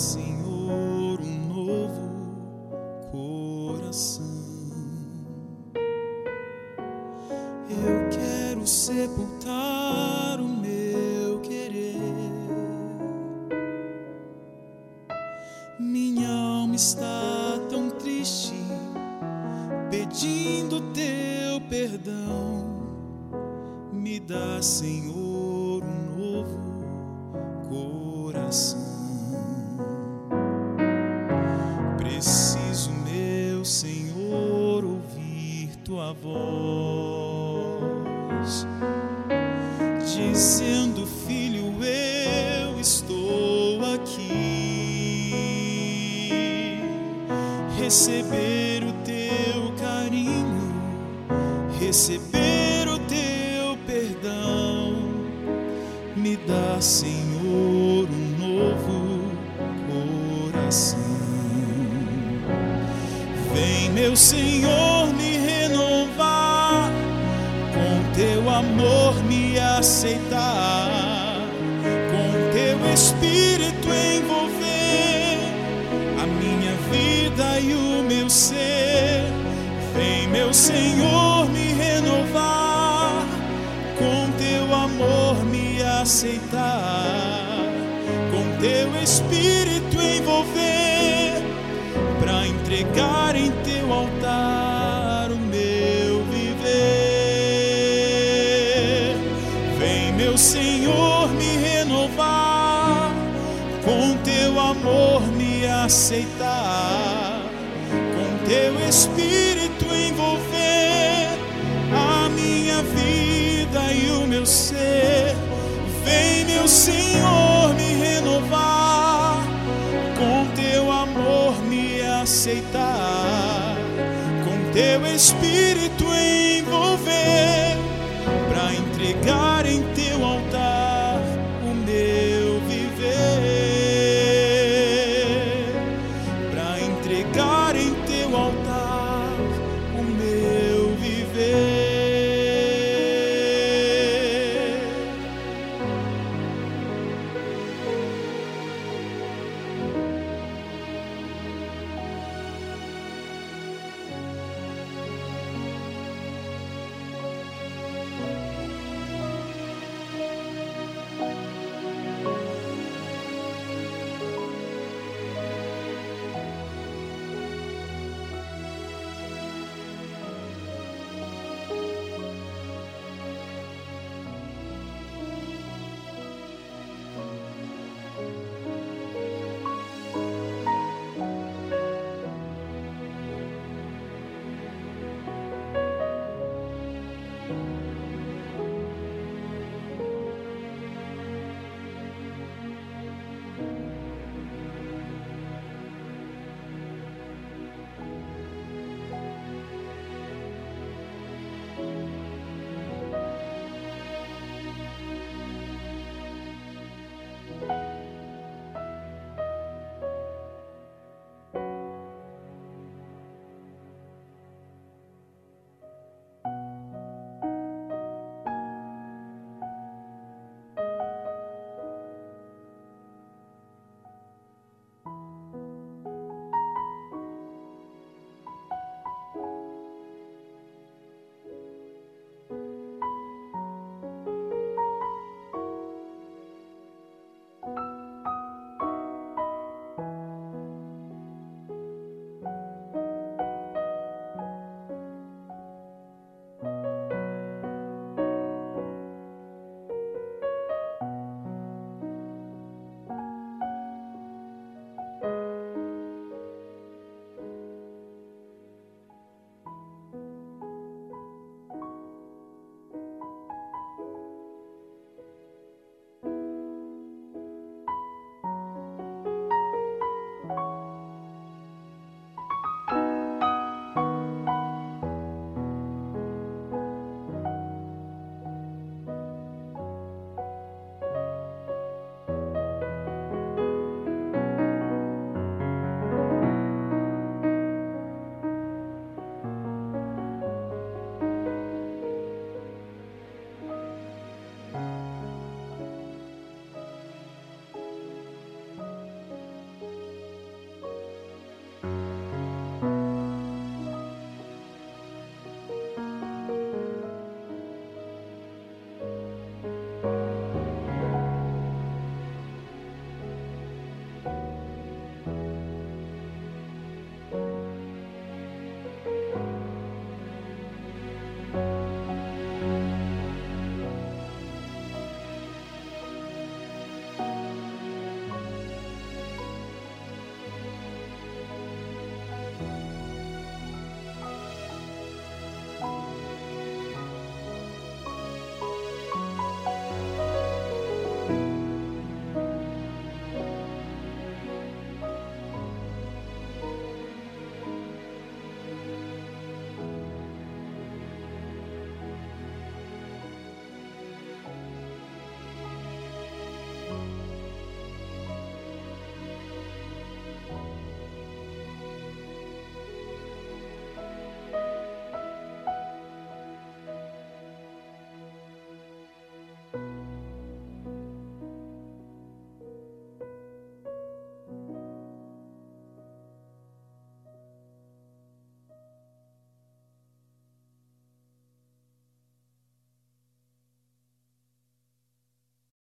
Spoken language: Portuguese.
Senhor, um novo coração. Eu quero sepultar o meu querer. Minha alma está tão triste, pedindo teu perdão. Me dá, Senhor, um novo coração. Preciso, meu Senhor, ouvir tua voz, dizendo: filho, eu estou aqui. Receber o teu carinho, receber o teu perdão. Me dá, Senhor, um novo coração. Vem, meu Senhor, me renovar, com teu amor me aceitar, com teu Espírito envolver a minha vida e o meu ser. Vem, meu Senhor, me renovar, com teu amor me aceitar, com teu Espírito envolver, para entregar em teu altar o meu viver. Vem, meu Senhor, me renovar, com teu amor me aceitar, com teu Espírito envolver a minha vida e o meu ser. Vem, meu Senhor, me renovar, com teu amor me aceitar, com teu Espírito envolver, para entregar em teu altar o meu viver, para entregar em teu altar o meu viver.